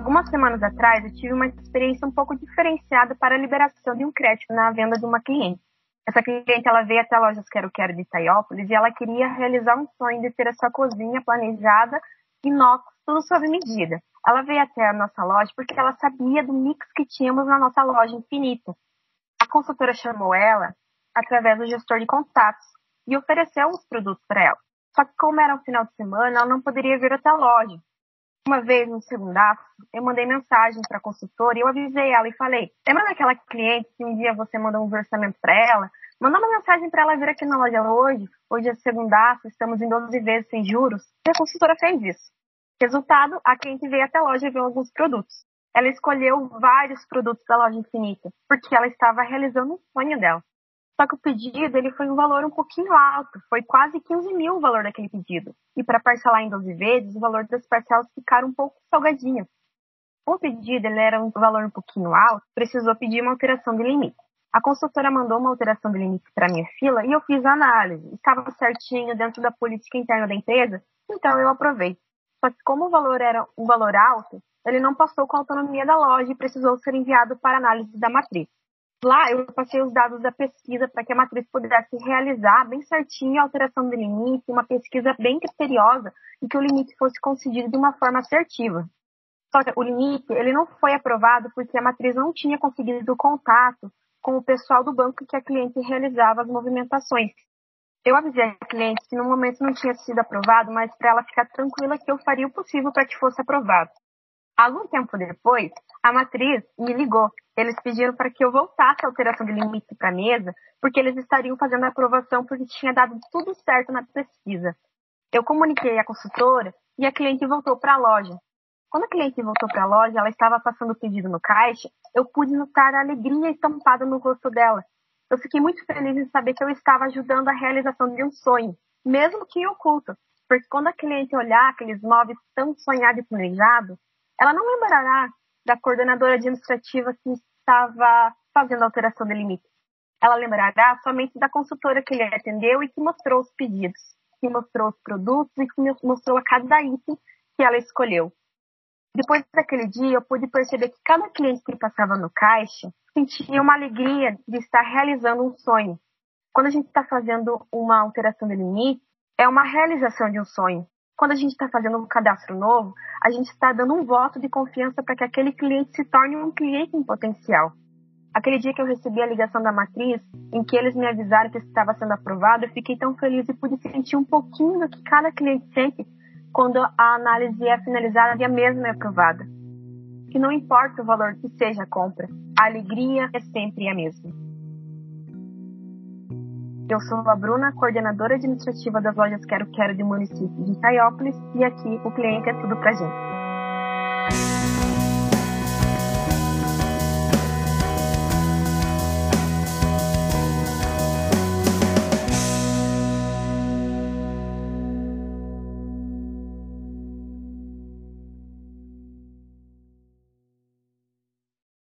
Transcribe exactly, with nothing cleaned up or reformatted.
Algumas semanas atrás, eu tive uma experiência um pouco diferenciada para a liberação de um crédito na venda de uma cliente. Essa cliente, ela veio até a loja Quero Quero de Itaiópolis e ela queria realizar um sonho de ter a sua cozinha planejada, inox, tudo sob medida. Ela veio até a nossa loja porque ela sabia do mix que tínhamos na nossa loja Infinito. A consultora chamou ela através do gestor de contatos e ofereceu os produtos para ela. Só que como era um final de semana, ela não poderia vir até a loja. Uma vez, no segundaço, eu mandei mensagem para a consultora e eu avisei ela e falei: lembra daquela cliente que um dia você mandou um orçamento para ela? Manda uma mensagem para ela vir aqui na loja hoje. Hoje é segundaço, estamos em doze vezes sem juros. E a consultora fez isso. Resultado, a cliente veio até a loja e viu alguns produtos. Ela escolheu vários produtos da loja Infinita, porque ela estava realizando um sonho dela. Só que o pedido ele foi um valor um pouquinho alto, foi quase quinze mil o valor daquele pedido. E para parcelar em doze vezes, o valor das parcelas ficaram um pouco salgadinho. O pedido ele era um valor um pouquinho alto, precisou pedir uma alteração de limite. A consultora mandou uma alteração de limite para minha fila e eu fiz a análise. Estava certinho dentro da política interna da empresa, então eu aprovei. Só que como o valor era um valor alto, ele não passou com a autonomia da loja e precisou ser enviado para análise da matriz. Lá eu passei os dados da pesquisa para que a matriz pudesse realizar bem certinho a alteração do limite, uma pesquisa bem criteriosa e que o limite fosse concedido de uma forma assertiva. Só que o limite ele não foi aprovado porque a matriz não tinha conseguido contato com o pessoal do banco que a cliente realizava as movimentações. Eu avisei a cliente que no momento não tinha sido aprovado, mas para ela ficar tranquila que eu faria o possível para que fosse aprovado. Algum tempo depois, a matriz me ligou. Eles pediram para que eu voltasse a alteração de limite para a mesa, porque eles estariam fazendo a aprovação porque tinha dado tudo certo na pesquisa. Eu comuniquei à consultora e a cliente voltou para a loja. Quando a cliente voltou para a loja, ela estava passando o pedido no caixa, eu pude notar a alegria estampada no rosto dela. Eu fiquei muito feliz em saber que eu estava ajudando a realização de um sonho, mesmo que oculto, porque quando a cliente olhar aqueles móveis tão sonhados e planejados, ela não lembrará da coordenadora administrativa que estava fazendo a alteração de limite. Ela lembrará somente da consultora que lhe atendeu e que mostrou os pedidos, que mostrou os produtos e que mostrou a cada item que ela escolheu. Depois daquele dia, eu pude perceber que cada cliente que passava no caixa sentia uma alegria de estar realizando um sonho. Quando a gente está fazendo uma alteração de limite, é uma realização de um sonho. Quando a gente está fazendo um cadastro novo, a gente está dando um voto de confiança para que aquele cliente se torne um cliente em potencial. Aquele dia que eu recebi a ligação da matriz, em que eles me avisaram que estava sendo aprovado, eu fiquei tão feliz e pude sentir um pouquinho do que cada cliente sente quando a análise é finalizada e a mesma é aprovada. Que não importa o valor que seja a compra, a alegria é sempre a mesma. Eu sou a Bruna, coordenadora administrativa das lojas Quero Quero do município de Itaiópolis, e aqui o cliente é tudo pra gente.